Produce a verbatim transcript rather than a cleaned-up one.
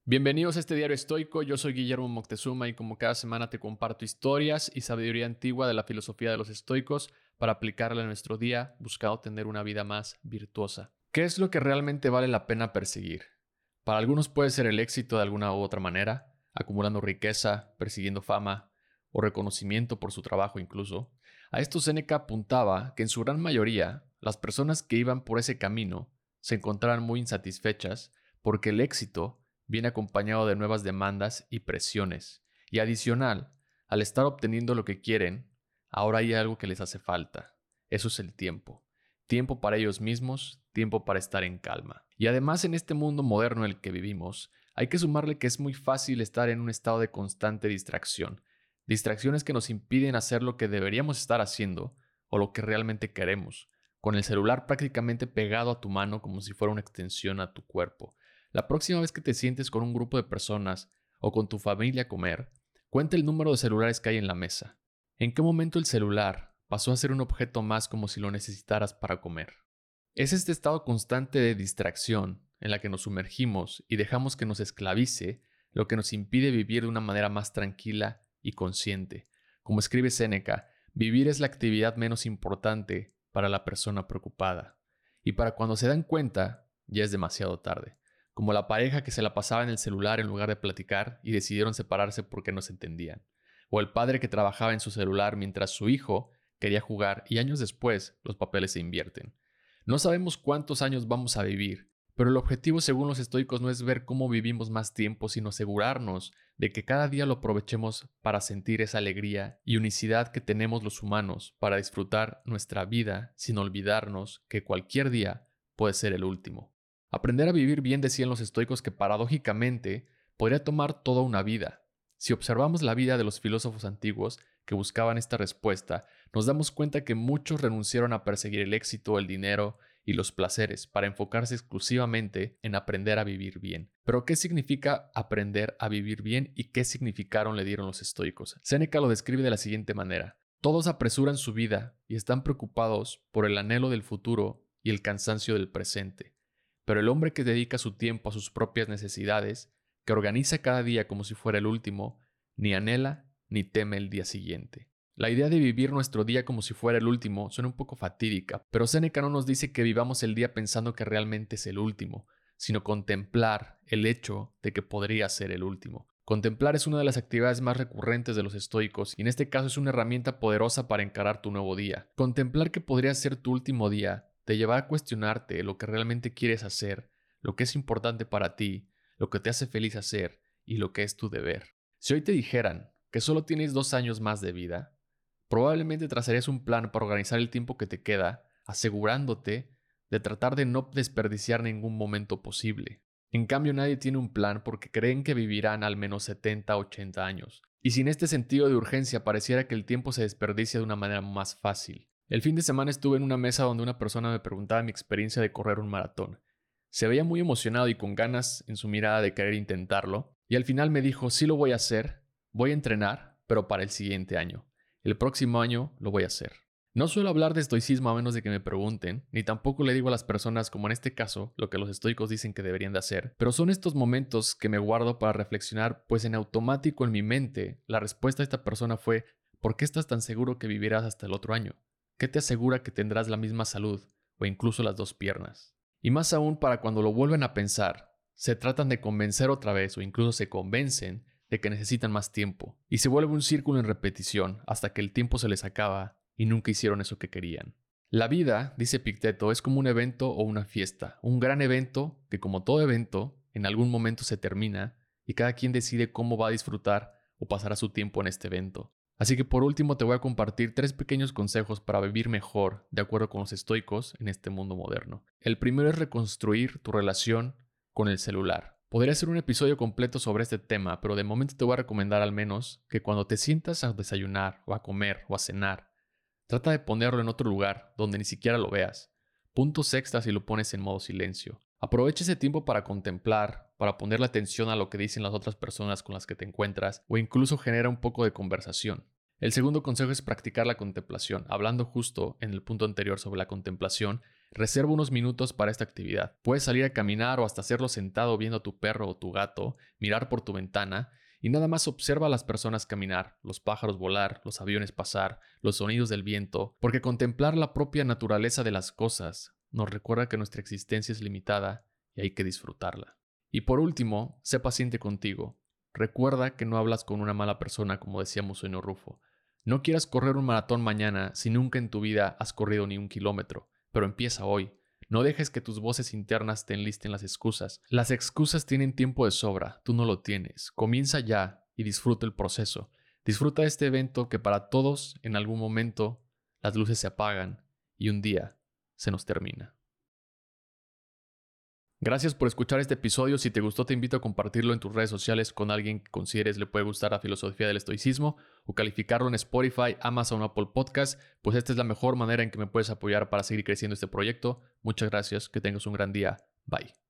Bienvenidos a este diario estoico, yo soy Guillermo Moctezuma y como cada semana te comparto historias y sabiduría antigua de la filosofía de los estoicos para aplicarla en nuestro día, buscando tener una vida más virtuosa. ¿Qué es lo que realmente vale la pena perseguir? Para algunos puede ser el éxito de alguna u otra manera, acumulando riqueza, persiguiendo fama o reconocimiento por su trabajo incluso. A esto Séneca apuntaba que en su gran mayoría, las personas que iban por ese camino se encontraban muy insatisfechas porque el éxito viene acompañado de nuevas demandas y presiones. Y adicional, al estar obteniendo lo que quieren, ahora hay algo que les hace falta. Eso es el tiempo. Tiempo para ellos mismos, tiempo para estar en calma. Y además en este mundo moderno en el que vivimos, hay que sumarle que es muy fácil estar en un estado de constante distracción. Distracciones que nos impiden hacer lo que deberíamos estar haciendo o lo que realmente queremos, con el celular prácticamente pegado a tu mano como si fuera una extensión a tu cuerpo. La próxima vez que te sientes con un grupo de personas o con tu familia a comer, cuenta el número de celulares que hay en la mesa. ¿En qué momento el celular pasó a ser un objeto más como si lo necesitaras para comer? Es este estado constante de distracción en la que nos sumergimos y dejamos que nos esclavice lo que nos impide vivir de una manera más tranquila y consciente. Como escribe Séneca, vivir es la actividad menos importante para la persona preocupada. Y para cuando se dan cuenta, ya es demasiado tarde. Como la pareja que se la pasaba en el celular en lugar de platicar y decidieron separarse porque no se entendían. O el padre que trabajaba en su celular mientras su hijo quería jugar y años después los papeles se invierten. No sabemos cuántos años vamos a vivir, pero el objetivo según los estoicos no es ver cómo vivimos más tiempo, sino asegurarnos de que cada día lo aprovechemos para sentir esa alegría y unicidad que tenemos los humanos para disfrutar nuestra vida sin olvidarnos que cualquier día puede ser el último. Aprender a vivir bien decían los estoicos que paradójicamente podría tomar toda una vida. Si observamos la vida de los filósofos antiguos que buscaban esta respuesta, nos damos cuenta que muchos renunciaron a perseguir el éxito, el dinero y los placeres para enfocarse exclusivamente en aprender a vivir bien. Pero ¿qué significa aprender a vivir bien y qué significaron le dieron los estoicos? Séneca lo describe de la siguiente manera. Todos apresuran su vida y están preocupados por el anhelo del futuro y el cansancio del presente. Pero el hombre que dedica su tiempo a sus propias necesidades, que organiza cada día como si fuera el último, ni anhela ni teme el día siguiente. La idea de vivir nuestro día como si fuera el último suena un poco fatídica, pero Séneca no nos dice que vivamos el día pensando que realmente es el último, sino contemplar el hecho de que podría ser el último. Contemplar es una de las actividades más recurrentes de los estoicos y en este caso es una herramienta poderosa para encarar tu nuevo día. Contemplar que podría ser tu último día te lleva a cuestionarte lo que realmente quieres hacer, lo que es importante para ti, lo que te hace feliz hacer y lo que es tu deber. Si hoy te dijeran que solo tienes dos años más de vida, probablemente trazarías un plan para organizar el tiempo que te queda, asegurándote de tratar de no desperdiciar ningún momento posible. En cambio, nadie tiene un plan porque creen que vivirán al menos setenta o ochenta años. Y sin este sentido de urgencia pareciera que el tiempo se desperdicia de una manera más fácil. El fin de semana estuve en una mesa donde una persona me preguntaba mi experiencia de correr un maratón. Se veía muy emocionado y con ganas en su mirada de querer intentarlo, y al final me dijo, sí lo voy a hacer, voy a entrenar, pero para el siguiente año. El próximo año lo voy a hacer. No suelo hablar de estoicismo a menos de que me pregunten, ni tampoco le digo a las personas, como en este caso, lo que los estoicos dicen que deberían de hacer, pero son estos momentos que me guardo para reflexionar, pues en automático en mi mente, la respuesta de esta persona fue, ¿por qué estás tan seguro que vivirás hasta el otro año? ¿Qué te asegura que tendrás la misma salud o incluso las dos piernas? Y más aún para cuando lo vuelven a pensar, se tratan de convencer otra vez o incluso se convencen de que necesitan más tiempo. Y se vuelve un círculo en repetición hasta que el tiempo se les acaba y nunca hicieron eso que querían. La vida, dice Epicteto, es como un evento o una fiesta. Un gran evento que, como todo evento, en algún momento se termina y cada quien decide cómo va a disfrutar o pasará su tiempo en este evento. Así que por último te voy a compartir tres pequeños consejos para vivir mejor de acuerdo con los estoicos en este mundo moderno. El primero es reconstruir tu relación con el celular. Podría ser un episodio completo sobre este tema, pero de momento te voy a recomendar al menos que cuando te sientas a desayunar o a comer o a cenar, trata de ponerlo en otro lugar donde ni siquiera lo veas. Puntos extras si lo pones en modo silencio. Aprovecha ese tiempo para contemplar, para ponerle atención a lo que dicen las otras personas con las que te encuentras o incluso genera un poco de conversación. El segundo consejo es practicar la contemplación. Hablando justo en el punto anterior sobre la contemplación, Reserva unos minutos para esta actividad. Puedes salir a caminar o hasta hacerlo sentado viendo a tu perro o tu gato, mirar por tu ventana y nada más observa a las personas caminar, los pájaros volar, los aviones pasar, los sonidos del viento, porque contemplar la propia naturaleza de las cosas nos recuerda que nuestra existencia es limitada y hay que disfrutarla. Y por último, sé paciente contigo. Recuerda que no hablas con una mala persona, como decía Musonio Rufo. No quieras correr un maratón mañana si nunca en tu vida has corrido ni un kilómetro, pero empieza hoy. No dejes que tus voces internas te enlisten las excusas. Las excusas tienen tiempo de sobra, tú no lo tienes. Comienza ya y disfruta el proceso. Disfruta de este evento que para todos, en algún momento, las luces se apagan y un día se nos termina. Gracias por escuchar este episodio. Si te gustó, te invito a compartirlo en tus redes sociales con alguien que consideres le puede gustar la filosofía del estoicismo o calificarlo en Spotify, Amazon o Apple Podcast, pues esta es la mejor manera en que me puedes apoyar para seguir creciendo este proyecto. Muchas gracias, que tengas un gran día. Bye.